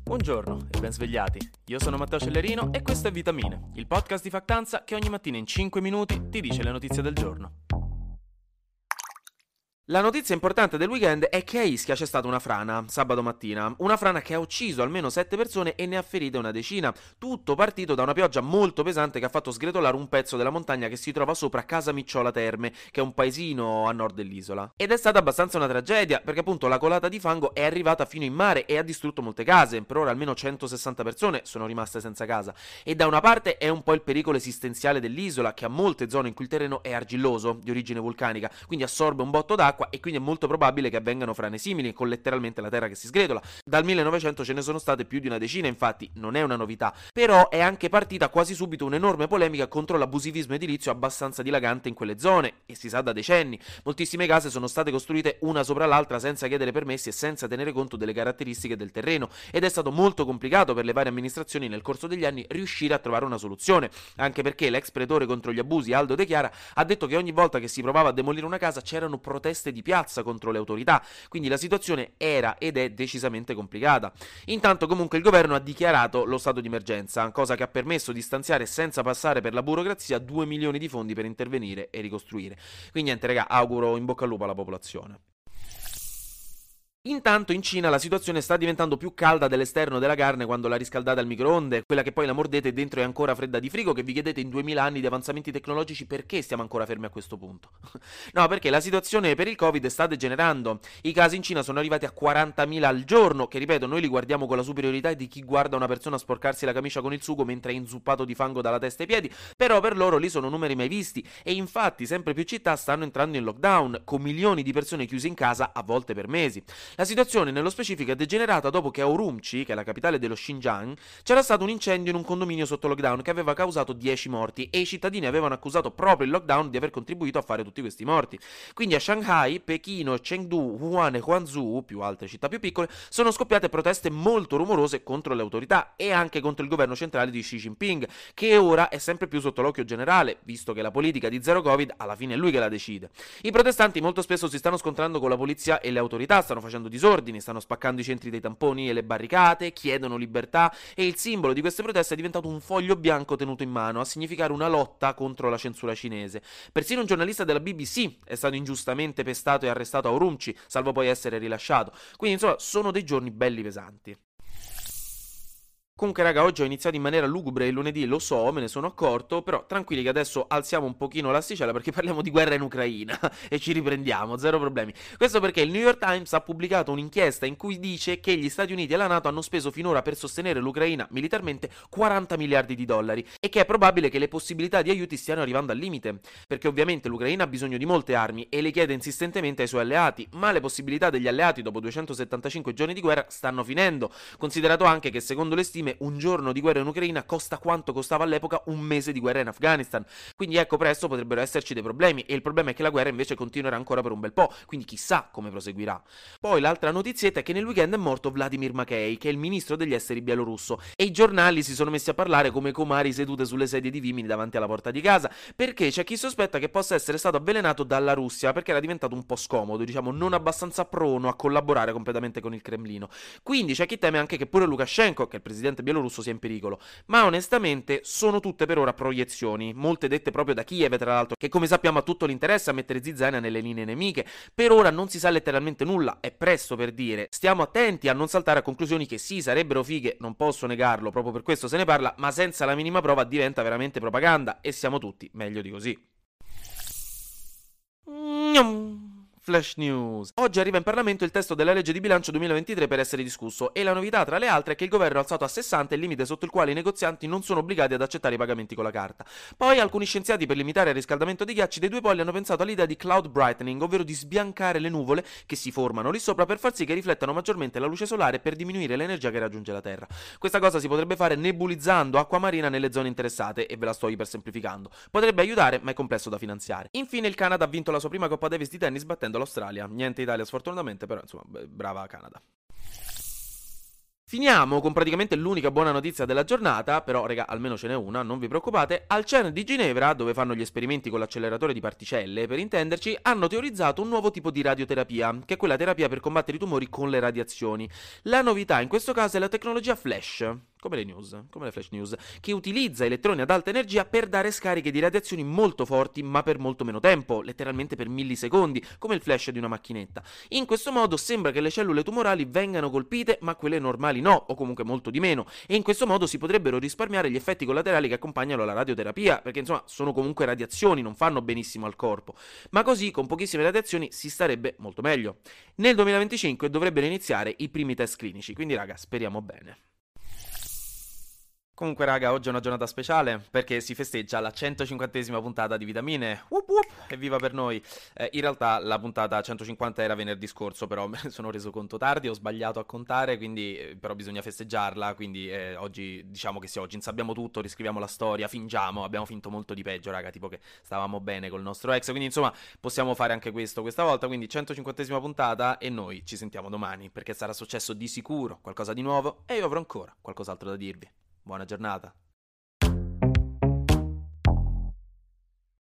Buongiorno e ben svegliati. Io sono Matteo Cellerino e questo è Vitamine, il podcast di Factanza che ogni mattina in 5 minuti ti dice le notizie del giorno. La notizia importante del weekend è che a Ischia c'è stata una frana, sabato mattina. Una frana che ha ucciso almeno 7 persone e ne ha ferite una decina. Tutto partito da una pioggia molto pesante che ha fatto sgretolare un pezzo della montagna che si trova sopra Casa Micciola Terme, che è un paesino a nord dell'isola. Ed è stata abbastanza una tragedia, perché appunto la colata di fango è arrivata fino in mare e ha distrutto molte case. Per ora almeno 160 persone sono rimaste senza casa. E da una parte è un po' il pericolo esistenziale dell'isola, che ha molte zone in cui il terreno è argilloso, di origine vulcanica, quindi assorbe un botto d'acqua e quindi è molto probabile che avvengano frane simili, con letteralmente la terra che si sgretola. Dal 1900 ce ne sono state più di una decina, infatti non è una novità, però è anche partita quasi subito un'enorme polemica contro l'abusivismo edilizio abbastanza dilagante in quelle zone, e si sa da decenni. Moltissime case sono state costruite una sopra l'altra senza chiedere permessi e senza tenere conto delle caratteristiche del terreno, ed è stato molto complicato per le varie amministrazioni nel corso degli anni riuscire a trovare una soluzione, anche perché l'ex pretore contro gli abusi Aldo De Chiara ha detto che ogni volta che si provava a demolire una casa c'erano proteste di piazza contro le autorità, quindi la situazione era ed è decisamente complicata. Intanto comunque il governo ha dichiarato lo stato di emergenza, cosa che ha permesso di stanziare senza passare per la burocrazia 2 milioni di fondi per intervenire e ricostruire. Quindi niente raga, auguro in bocca al lupo alla popolazione. Intanto in Cina la situazione sta diventando più calda dell'esterno della carne quando la riscaldate al microonde, quella che poi la mordete e dentro è ancora fredda di frigo, che vi chiedete in 2000 anni di avanzamenti tecnologici perché stiamo ancora fermi a questo punto. No, perché la situazione per il Covid sta degenerando. I casi in Cina sono arrivati a 40.000 al giorno, che ripeto, noi li guardiamo con la superiorità di chi guarda una persona sporcarsi la camicia con il sugo mentre è inzuppato di fango dalla testa ai piedi, però per loro lì sono numeri mai visti, e infatti sempre più città stanno entrando in lockdown, con milioni di persone chiuse in casa a volte per mesi. La situazione nello specifico è degenerata dopo che a Urumqi, che è la capitale dello Xinjiang, c'era stato un incendio in un condominio sotto lockdown che aveva causato 10 morti, e i cittadini avevano accusato proprio il lockdown di aver contribuito a fare tutti questi morti. Quindi a Shanghai, Pechino, Chengdu, Wuhan e Guangzhou, più altre città più piccole, sono scoppiate proteste molto rumorose contro le autorità e anche contro il governo centrale di Xi Jinping, che ora è sempre più sotto l'occhio generale, visto che la politica di zero Covid alla fine è lui che la decide. I protestanti molto spesso si stanno scontrando con la polizia e le autorità, stanno facendo disordini, stanno spaccando i centri dei tamponi e le barricate, chiedono libertà, e il simbolo di queste proteste è diventato un foglio bianco tenuto in mano a significare una lotta contro la censura cinese. Persino un giornalista della BBC è stato ingiustamente pestato e arrestato a Urumqi, salvo poi essere rilasciato. Quindi insomma sono dei giorni belli pesanti. Comunque raga, oggi ho iniziato in maniera lugubre il lunedì, lo so, me ne sono accorto, però tranquilli che adesso alziamo un pochino l'asticella perché parliamo di guerra in Ucraina e ci riprendiamo, zero problemi. Questo perché il New York Times ha pubblicato un'inchiesta in cui dice che gli Stati Uniti e la NATO hanno speso finora per sostenere l'Ucraina militarmente 40 miliardi di dollari, e che è probabile che le possibilità di aiuti stiano arrivando al limite, perché ovviamente l'Ucraina ha bisogno di molte armi e le chiede insistentemente ai suoi alleati, ma le possibilità degli alleati dopo 275 giorni di guerra stanno finendo, considerato anche che secondo le stime un giorno di guerra in Ucraina costa quanto costava all'epoca un mese di guerra in Afghanistan. Quindi ecco, presto potrebbero esserci dei problemi, e il problema è che la guerra invece continuerà ancora per un bel po', quindi chissà come proseguirà. Poi l'altra notizietta è che nel weekend è morto Vladimir Makej, che è il ministro degli esteri bielorusso, e i giornali si sono messi a parlare come comari sedute sulle sedie di vimini davanti alla porta di casa, perché c'è chi sospetta che possa essere stato avvelenato dalla Russia, perché era diventato un po' scomodo, diciamo non abbastanza prono a collaborare completamente con il Cremlino. Quindi c'è chi teme anche che pure Lukashenko, che è il presidente bielorusso, sia in pericolo, ma onestamente sono tutte per ora proiezioni, molte dette proprio da Kiev tra l'altro, che come sappiamo ha tutto l'interesse a mettere zizzania nelle linee nemiche. Per ora non si sa letteralmente nulla, è presto per dire, stiamo attenti a non saltare a conclusioni che sì, sarebbero fighe, non posso negarlo, proprio per questo se ne parla, ma senza la minima prova diventa veramente propaganda, e siamo tutti meglio di così. Flash News. Oggi arriva in Parlamento il testo della legge di bilancio 2023 per essere discusso, e la novità tra le altre è che il governo ha alzato a 60 il limite sotto il quale i negozianti non sono obbligati ad accettare i pagamenti con la carta. Poi alcuni scienziati, per limitare il riscaldamento dei ghiacci dei due poli, hanno pensato all'idea di cloud brightening, ovvero di sbiancare le nuvole che si formano lì sopra per far sì che riflettano maggiormente la luce solare per diminuire l'energia che raggiunge la Terra. Questa cosa si potrebbe fare nebulizzando acqua marina nelle zone interessate, e ve la sto ipersemplificando. Potrebbe aiutare, ma è complesso da finanziare. Infine il Canada ha vinto la sua prima Coppa Davis di tennis battendo l'Australia. Niente Italia sfortunatamente, però insomma, brava Canada. Finiamo con praticamente l'unica buona notizia della giornata, però raga, almeno ce n'è una, non vi preoccupate. Al CERN di Ginevra, dove fanno gli esperimenti con l'acceleratore di particelle, per intenderci, hanno teorizzato un nuovo tipo di radioterapia, che è quella terapia per combattere i tumori con le radiazioni. La novità in questo caso è la tecnologia flash, come le news, come le flash news, che utilizza elettroni ad alta energia per dare scariche di radiazioni molto forti, ma per molto meno tempo, letteralmente per millisecondi, come il flash di una macchinetta. In questo modo sembra che le cellule tumorali vengano colpite, ma quelle normali no, o comunque molto di meno, e in questo modo si potrebbero risparmiare gli effetti collaterali che accompagnano la radioterapia, perché insomma sono comunque radiazioni, non fanno benissimo al corpo, ma così con pochissime radiazioni si starebbe molto meglio. Nel 2025 dovrebbero iniziare i primi test clinici, quindi raga, speriamo bene. Comunque raga, oggi è una giornata speciale perché si festeggia la 150esima puntata di Vitamine. Whoop whoop, evviva per noi. In realtà la puntata 150 era venerdì scorso, però me ne sono reso conto tardi, ho sbagliato a contare, quindi però bisogna festeggiarla, quindi oggi diciamo che sì, oggi insabbiamo tutto, riscriviamo la storia, fingiamo, abbiamo finto molto di peggio raga, tipo che stavamo bene col nostro ex, quindi insomma possiamo fare anche questo questa volta, quindi 150esima puntata e noi ci sentiamo domani perché sarà successo di sicuro qualcosa di nuovo e io avrò ancora qualcos'altro da dirvi. Buona giornata.